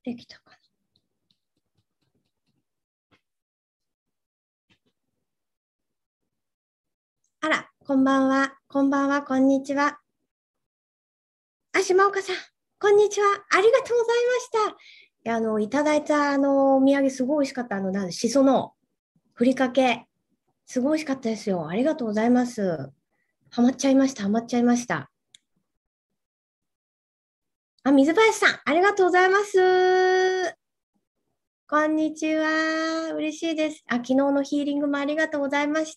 できたかな。あら、こんばんは。こんばんは。こんにちは。あ、島岡さん。こんにちは。ありがとうございました。いただいた、お土産すごい美味しかった。しそのふりかけ。すごい美味しかったですよ。ありがとうございます。ハマっちゃいました。ハマっちゃいました。あ、水林さん。ありがとうございます。こんにちは。嬉しいです。あ、昨日のヒーリングもありがとうございました。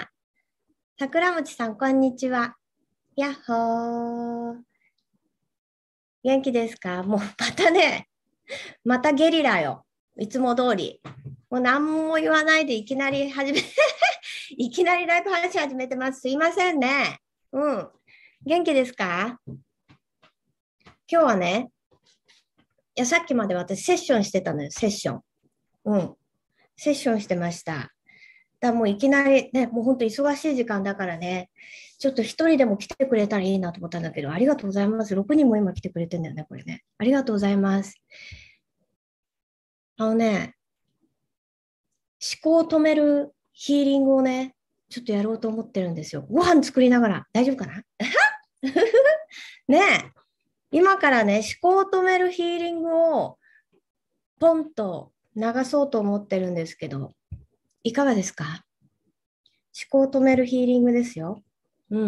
桜餅さん、こんにちは。やっほー。元気ですか？もうまたね、またゲリラよ。いつも通り。もう何も言わないでいきなりいきなりライブ配信始めてます。すいませんね。うん。元気ですか？今日はね、いや、さっきまで私セッションしてたのよ、セッション。うん。セッションしてました。もういきなりね、もう本当忙しい時間だからね、ちょっと一人でも来てくれたらいいなと思ったんだけど、ありがとうございます。6人も今来てくれてんだよね、これね。ありがとうございます。あのね、思考を止めるヒーリングをね、ちょっとやろうと思ってるんですよ。ご飯作りながら。大丈夫かな？ねえ、今からね、思考を止めるヒーリングをポンと流そうと思ってるんですけど、いかがですか？思考を止めるヒーリングですよ。うん。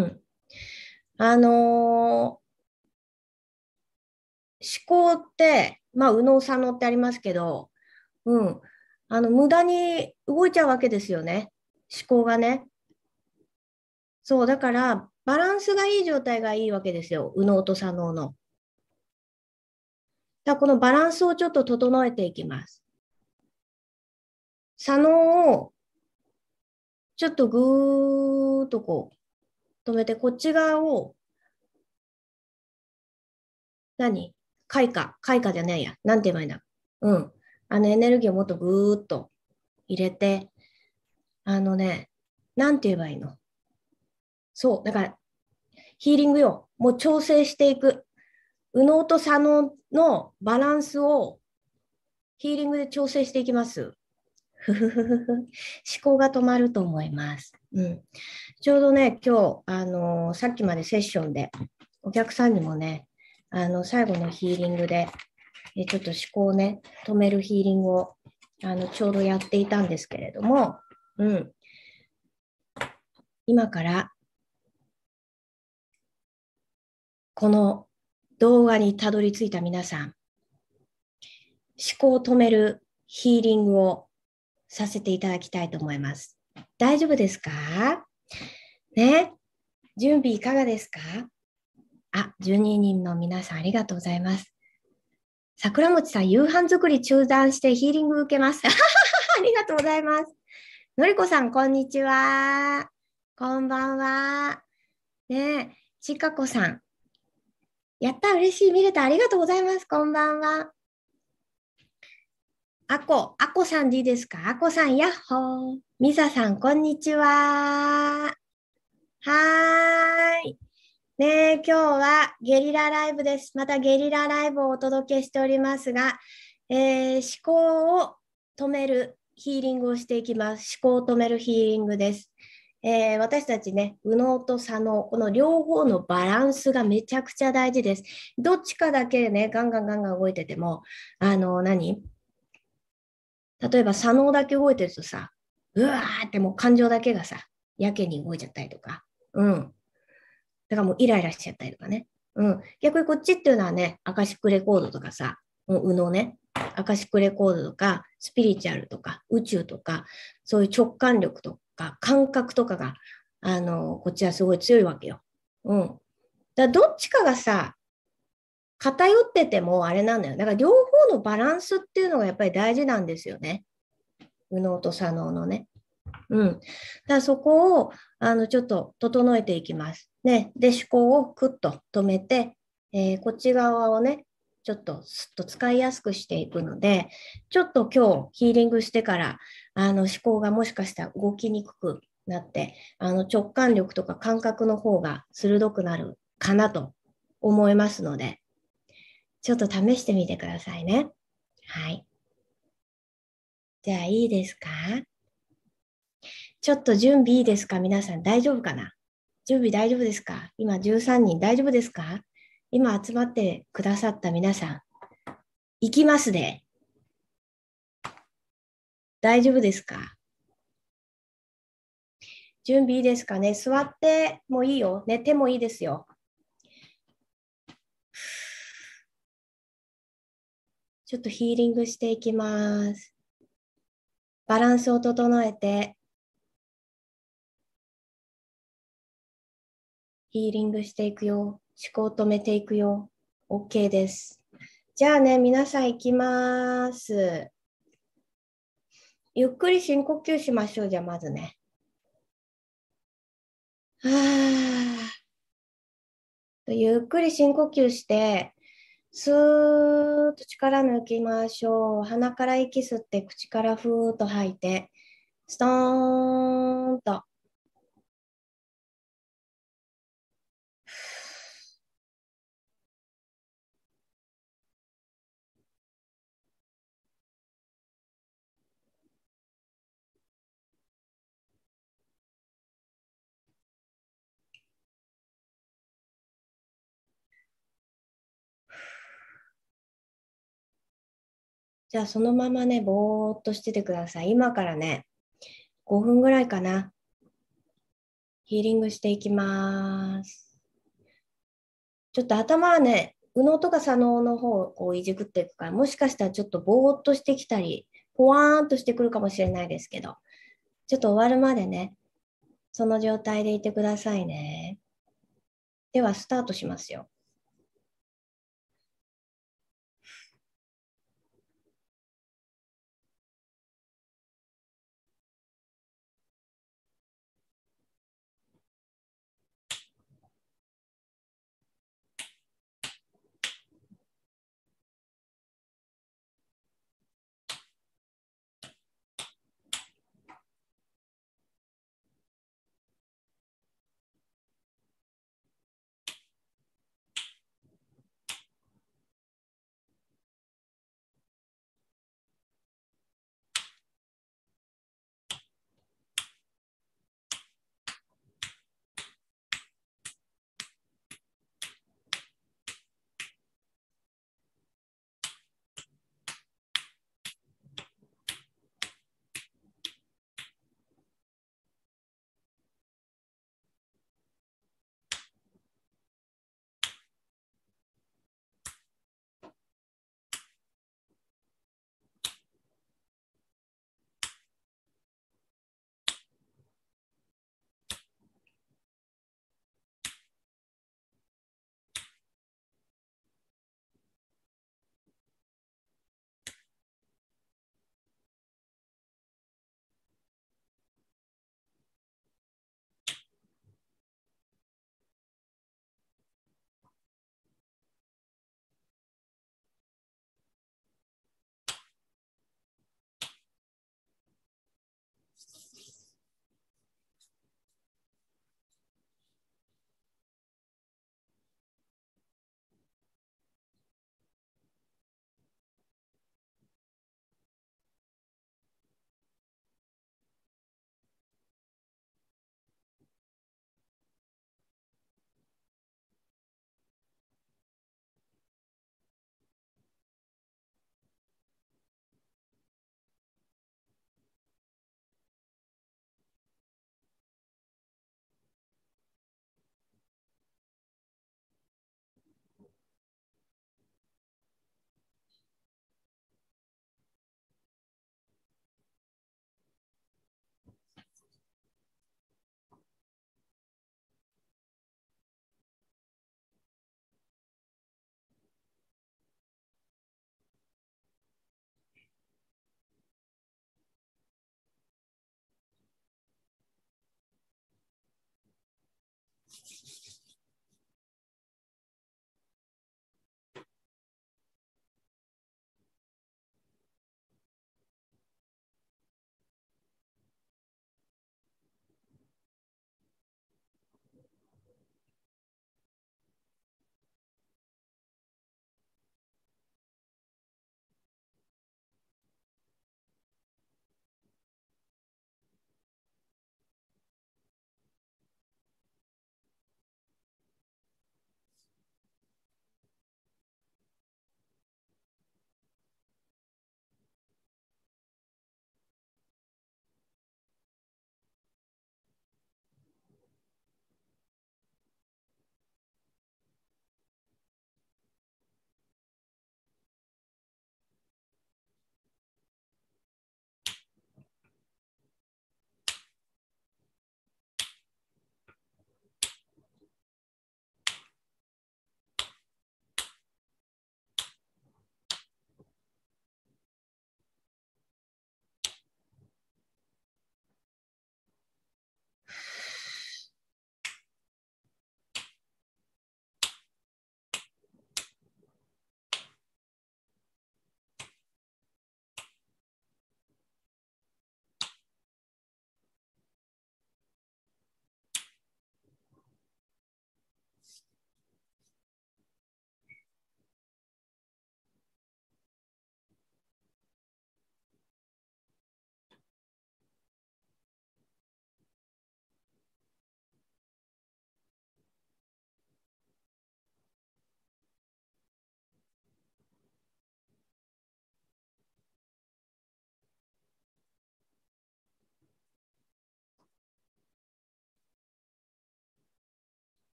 思考って、まあ、右脳左脳ってありますけど、うん。無駄に動いちゃうわけですよね。思考がね。そう、だから、バランスがいい状態がいいわけですよ。右脳と左脳の。だからこのバランスをちょっと整えていきます。左脳をちょっとぐーっとこう止めて、こっち側を開花じゃないや。なんて言えばいいんだ。うん。エネルギーをもっとぐーっと入れて、あのね、なんて言えばいいの。そう。だから、ヒーリングよ。もう調整していく。右脳と左脳のバランスをヒーリングで調整していきます。ふふふふふ。思考が止まると思います。うん。ちょうどね、今日、さっきまでセッションで、お客さんにもね、最後のヒーリングで、ちょっと思考をね、止めるヒーリングを、ちょうどやっていたんですけれども、うん。今から、この動画にたどり着いた皆さん、思考を止めるヒーリングをさせていただきたいと思います。大丈夫ですか？ね。準備いかがですか？あ、12人の皆さんありがとうございます。桜餅さん、夕飯作り中断してヒーリング受けます。ありがとうございます。のりこさん、こんにちは。こんばんは。ねえ、ちかこさん。やった、嬉しい。見れた。ありがとうございます。こんばんは。あこさんでいいですか？あこさん、やっほー。みささん、こんにちは。はーい。ねえ、今日はゲリラライブです。またゲリラライブをお届けしておりますが、思考を止めるヒーリングをしていきます。思考を止めるヒーリングです。私たちね、右脳と左脳、この両方のバランスがめちゃくちゃ大事です。どっちかだけでね、ガンガンガンガン動いてても、例えば左脳だけ動いてるとさ、うわーってもう感情だけがさ、やけに動いちゃったりとか、うん。だからもうイライラしちゃったりとかね。うん。逆にこっちっていうのはね、アカシックレコードとかさ、右脳ね、アカシックレコードとか、スピリチュアルとか、宇宙とか、そういう直感力とか、感覚とかが、こっちはすごい強いわけよ。うん。だからどっちかがさ、偏っててもあれなんだよ。だから両方のバランスっていうのがやっぱり大事なんですよね。右脳と左脳のね。うん。だからそこを、ちょっと整えていきます。ね。で、思考をクッと止めて、こっち側をね、ちょっとすっと使いやすくしていくので、ちょっと今日ヒーリングしてから、思考がもしかしたら動きにくくなって、直感力とか感覚の方が鋭くなるかなと思いますので、ちょっと試してみてくださいね。 はい。じゃあいいですか？ちょっと準備いいですか？皆さん大丈夫かな？準備大丈夫ですか？今13人大丈夫ですか？今集まってくださった皆さん、行きますね。大丈夫ですか？準備いいですかね？座ってもいいよ。寝てもいいですよ。ちょっとヒーリングしていきます。バランスを整えて、ヒーリングしていくよ。思考を止めていくよ。OK です。じゃあね、皆さん行きます。ゆっくり深呼吸しましょう。じゃあまずね。はゆっくり深呼吸して、スーッと力抜きましょう。鼻から息吸って、口からふーっと吐いて、ストーンと。じゃあそのままね、ぼーっとしててください。今からね、5分ぐらいかな。ヒーリングしていきます。ちょっと頭はね、右脳とか左脳の方をこういじくっていくから、もしかしたらちょっとぼーっとしてきたり、ぽわーんとしてくるかもしれないですけど、ちょっと終わるまでね、その状態でいてくださいね。では、スタートしますよ。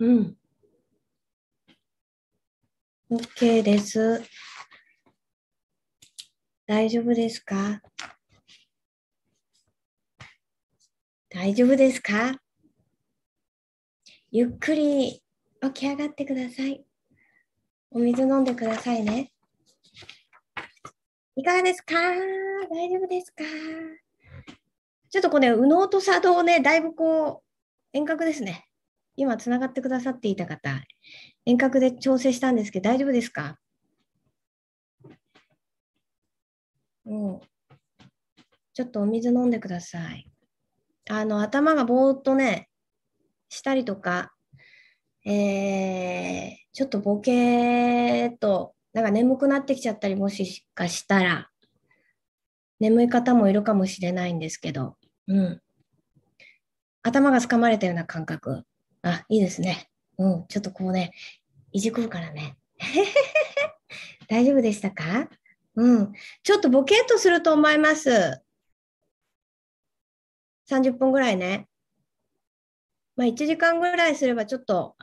うん。OK です。大丈夫ですか？大丈夫ですか？ゆっくり起き上がってください。お水飲んでくださいね。いかがですか？大丈夫ですか？ちょっとこれ、右脳と左脳ね、だいぶ遠隔ですね。今、つながってくださっていた方、遠隔で調整したんですけど、大丈夫ですか？うん。ちょっとお水飲んでください。頭がぼーっとね、したりとか、ちょっとボケーっと、なんか眠くなってきちゃったりもしかしたら、眠い方もいるかもしれないんですけど、うん。頭が掴まれたような感覚。あ、いいですね。うん。ちょっといじくるからね。大丈夫でしたか？うん。ちょっとボケーっとすると思います。30分ぐらいね。まあ、1時間ぐらいすればちょっと、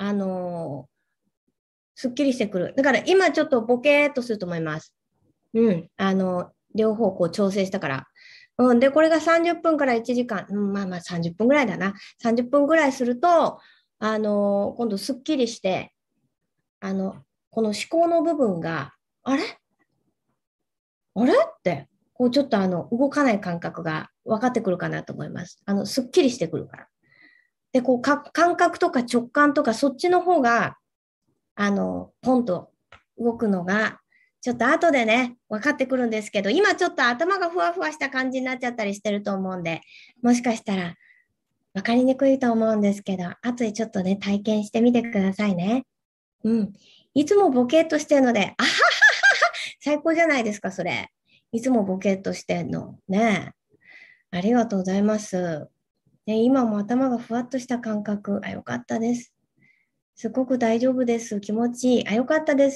すっきりしてくる。だから今ちょっとボケーっとすると思います。うん。両方調整したから。うん。で、これが30分から1時間。うん、まあまあ30分ぐらいだな。30分ぐらいすると、今度すっきりして、この思考の部分が、あれあれって、ちょっと動かない感覚が分かってくるかなと思います。すっきりしてくるから。で、感覚とか直感とかそっちの方が、ポンと動くのが、ちょっと後でね、分かってくるんですけど、今ちょっと頭がふわふわした感じになっちゃったりしてると思うんで、もしかしたら分かりにくいと思うんですけど、後でちょっとね、体験してみてくださいね。うん。いつもボケーっとしてるので、あはは、最高じゃないですか、それ。いつもボケーっとしてんの。ねえ。ありがとうございます。ね、今も頭がふわっとした感覚。あ、よかったです。すごく大丈夫です。気持ちいい。あ、よかったです。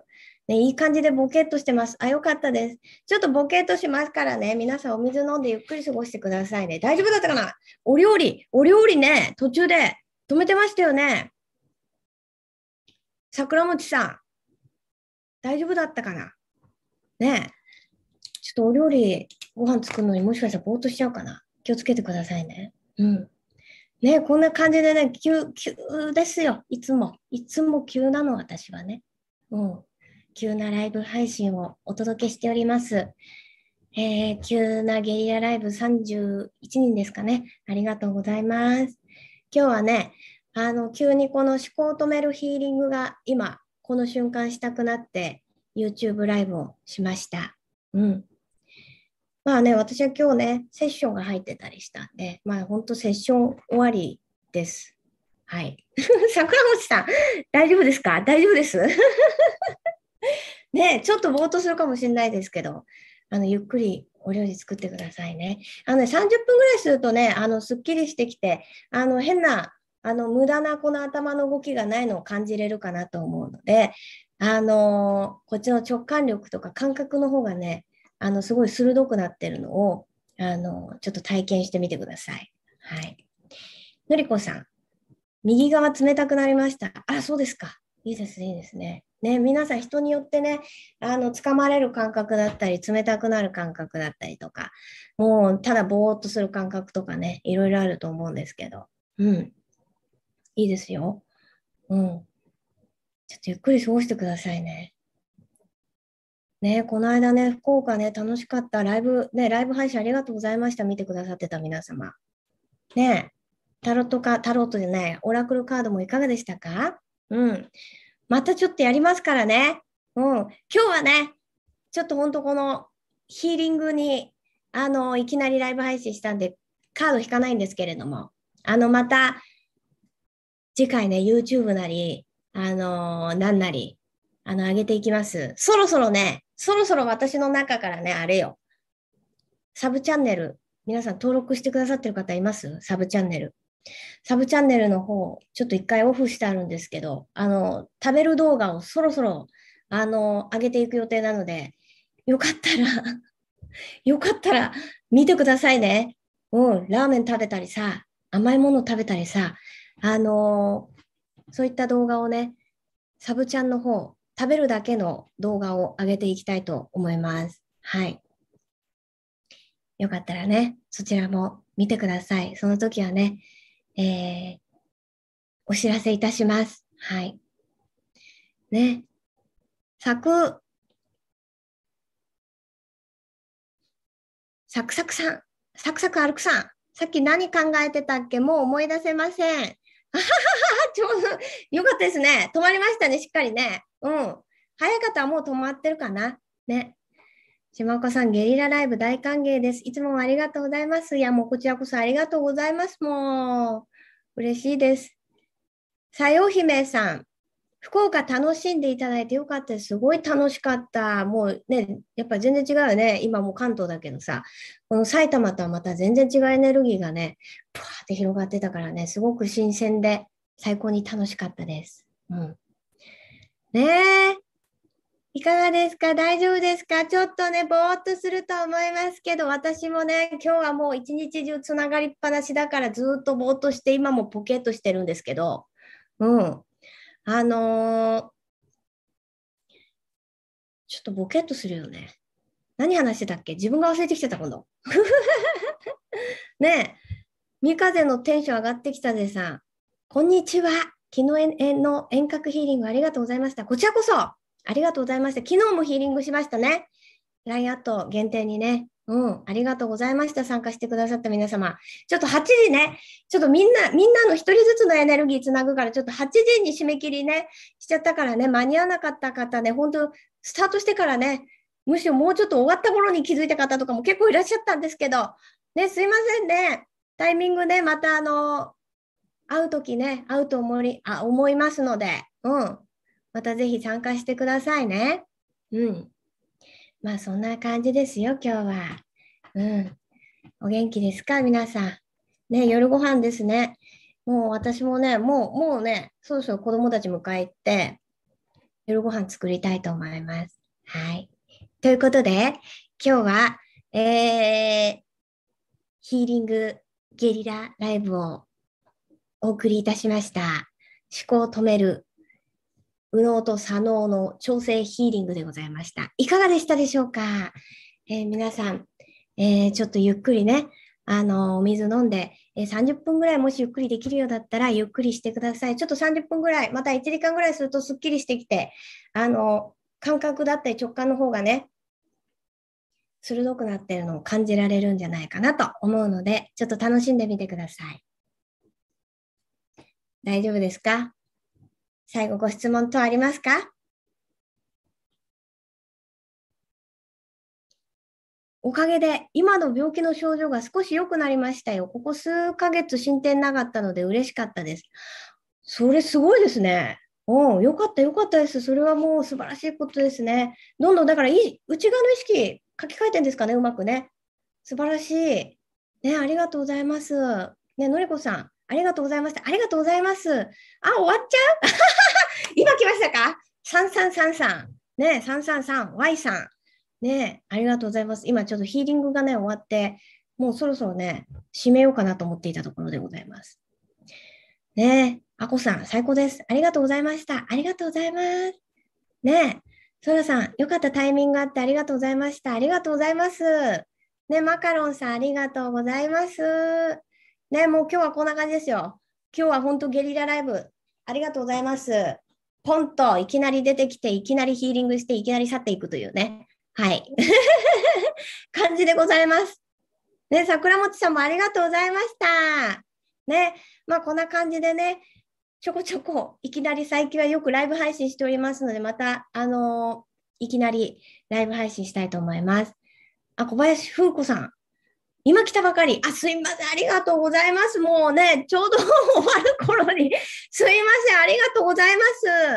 ね、いい感じでボケっとしてます。あ、よかったです。ちょっとボケっとしますからね。皆さんお水飲んでゆっくり過ごしてくださいね。大丈夫だったかな？お料理ね、途中で止めてましたよね。桜餅さん、大丈夫だったかな？ね。ちょっとお料理、ご飯作るのにもしかしたらぼーっとしちゃうかな。気をつけてくださいね。うん。ね、こんな感じでね、急ですよ。いつも。いつも急なの、私はね。うん。急なライブ配信をお届けしております。急なゲリラライブ31人ですかね。ありがとうございます。今日はね、急にこの思考を止めるヒーリングが今、この瞬間したくなって、YouTube ライブをしました。うん。まあね、私は今日ね、セッションが入ってたりしたんで、まあ本当セッション終わりです。はい。桜餅さん、大丈夫ですか？大丈夫です。ね、ちょっとぼーっとするかもしれないですけど、ゆっくりお料理作ってくださいね。30分ぐらいするとね、すっきりしてきて、変な、無駄なこの頭の動きがないのを感じれるかなと思うので、こっちの直感力とか感覚の方がね、すごい鋭くなってるのを、ちょっと体験してみてください。はい。のりこさん、右側冷たくなりました。あ、そうですか。いいですね、いいですね。ね、皆さん人によってね、掴まれる感覚だったり、冷たくなる感覚だったりとか、もうただぼーっとする感覚とかね、いろいろあると思うんですけど、うん、いいですよ。うん。ちょっとゆっくり過ごしてくださいね。ね、この間ね、福岡ね、楽しかったライブ配信ありがとうございました。見てくださってた皆様。ね、タロットじゃない、オラクルカードもいかがでしたか？うん。またちょっとやりますからね。うん。今日はね、ちょっと本当このヒーリングに、いきなりライブ配信したんで、カード引かないんですけれども、また次回ね、YouTube なり、なんなり、上げていきます。そろそろ私の中からね、あれよ、サブチャンネル、皆さん登録してくださってる方います？サブチャンネル。サブチャンネルの方、ちょっと一回オフしてあるんですけど、食べる動画をそろそろ、上げていく予定なので、よかったらよかったら見てくださいね。うん、ラーメン食べたりさ、甘いもの食べたりさ、あのそういった動画をね、サブチャンの方、食べるだけの動画を上げていきたいと思います。はい。よかったらね、そちらも見てください。その時はね、お知らせいたします。はい。ね。サク、サクサクさん、サクサク歩くさん、さっき何考えてたっけ？もう思い出せません。あははは、ちょうどよかったですね。止まりましたね、しっかりね。うん。早い方はもう止まってるかな。ね。島岡さん、ゲリラライブ大歓迎です。いつもありがとうございます。いや、もうこちらこそありがとうございます。もう、嬉しいです。さよ姫さん、福岡楽しんでいただいてよかったです。すごい楽しかった。もうね、やっぱ全然違うよね。今もう関東だけどさ、この埼玉とはまた全然違うエネルギーがね、ぷわーって広がってたからね、すごく新鮮で最高に楽しかったです。うん。ねえ、いかがですか？大丈夫ですか？ちょっとね、ぼーっとすると思いますけど、私もね、今日はもう一日中つながりっぱなしだからずっとぼーっとして、今もポケッとしてるんですけど、うん。あのーちょっとボケっとするよね。何話してたっけ？自分が忘れてきてた、今度。ねえ、三風のテンション上がってきたぜさん。こんにちは。昨日の遠隔ヒーリングありがとうございました。こちらこそ、ありがとうございました。昨日もヒーリングしましたね。ラインアット限定にね。うん、ありがとうございました。参加してくださった皆様。ちょっと8時ね、ちょっとみんなの一人ずつのエネルギーつなぐから、ちょっと8時に締め切りね、しちゃったからね、間に合わなかった方ね、本当スタートしてからね、むしろもうちょっと終わった頃に気づいた方とかも結構いらっしゃったんですけど、ね、すいませんね。タイミングね、また会うときね、会うと思いますので、うん。またぜひ参加してくださいね。うん。まあそんな感じですよ、今日は。うん。お元気ですか、皆さん。ね、夜ご飯ですね。もう私もね、もうね、そろそろ子供たち迎え行って、夜ご飯作りたいと思います。はい。ということで、今日は、えー、ヒーリングゲリラライブをお送りいたしました。思考を止める右脳と左脳の調整ヒーリングでございました。いかがでしたでしょうか？皆さん、ちょっとゆっくりね、お水飲んで、30分ぐらいもしゆっくりできるようだったらゆっくりしてください。ちょっと30分ぐらい、また1時間ぐらいするとすっきりしてきて、感覚だったり直感の方がね、鋭くなってるのを感じられるんじゃないかなと思うので、ちょっと楽しんでみてください。大丈夫ですか？最後ご質問等ありますか？おかげで今の病気の症状が少し良くなりましたよ。ここ数ヶ月進展なかったので嬉しかったです。それすごいですね。おお、よかったよかったです。それはもう素晴らしいことですね。どんどんだから内側の意識書き換えてんですかね、うまくね。素晴らしい。ね、ありがとうございます。ね、のりこさん、ありがとうございました。ありがとうございます。あ、終わっちゃう今来ましたか？ 3333。ね、333Y さん。ね、ありがとうございます。今ちょっとヒーリングがね、終わって、もうそろそろね、締めようかなと思っていたところでございます。ね、あこさん、最高です。ありがとうございました。ありがとうございます。ね、そらさん、よかったタイミングがあってありがとうございました。ありがとうございます。ね、マカロンさん、ありがとうございます。ね、もう今日はこんな感じですよ。今日は本当ゲリラライブ、ありがとうございます。ポンといきなり出てきて、いきなりヒーリングして、いきなり去っていくというね。はい。感じでございます。ね、桜餅さんもありがとうございました。ね、まあこんな感じでね、ちょこちょこ、いきなり最近はよくライブ配信しておりますので、また、いきなりライブ配信したいと思います。あ、小林風子さん。今来たばかり。あ、すいません。ありがとうございます。もうね、ちょうど終わる頃に。すいません。ありがとうございます。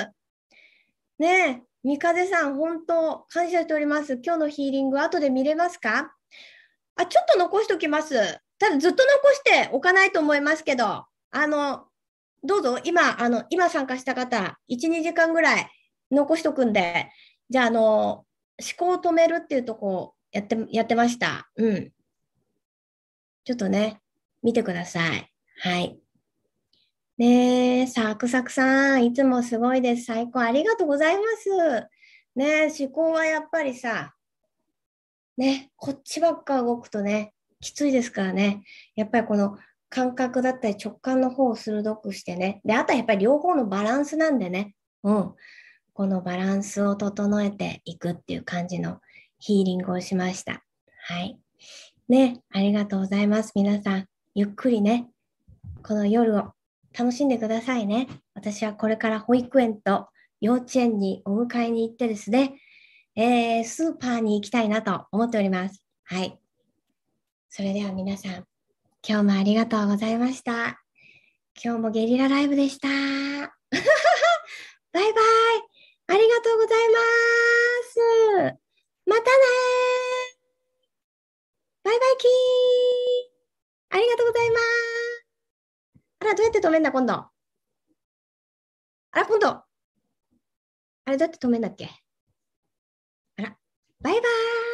ねえ、三風さん、本当、感謝しております。今日のヒーリング、後で見れますか？あ、ちょっと残しておきます。ただ、ずっと残しておかないと思いますけど、どうぞ、今参加した方、1、2時間ぐらい残しとくんで、じゃあ、思考を止めるっていうとこやってました。うん。ちょっとね、見てください。はい。 ねえ、サクサクさん、いつもすごいです。最高。ありがとうございます。ねえ、思考はやっぱりさ、ね、こっちばっか動くとね、きついですからね。やっぱりこの感覚だったり直感の方を鋭くしてね。で、あとはやっぱり両方のバランスなんでね。うん。このバランスを整えていくっていう感じのヒーリングをしました。はい。ね、ありがとうございます。皆さん、ゆっくりね、この夜を楽しんでくださいね。私はこれから保育園と幼稚園にお迎えに行ってですね、スーパーに行きたいなと思っております。はい。それでは皆さん、今日もありがとうございました。今日もゲリラライブでした。バイバイ。ありがとうございます。またねー。バイバイキー。ありがとうございます。あら、どうやって止めんだ、今度。あら、今度。あれ、どうやって止めんだっけ。あら、バイバイ。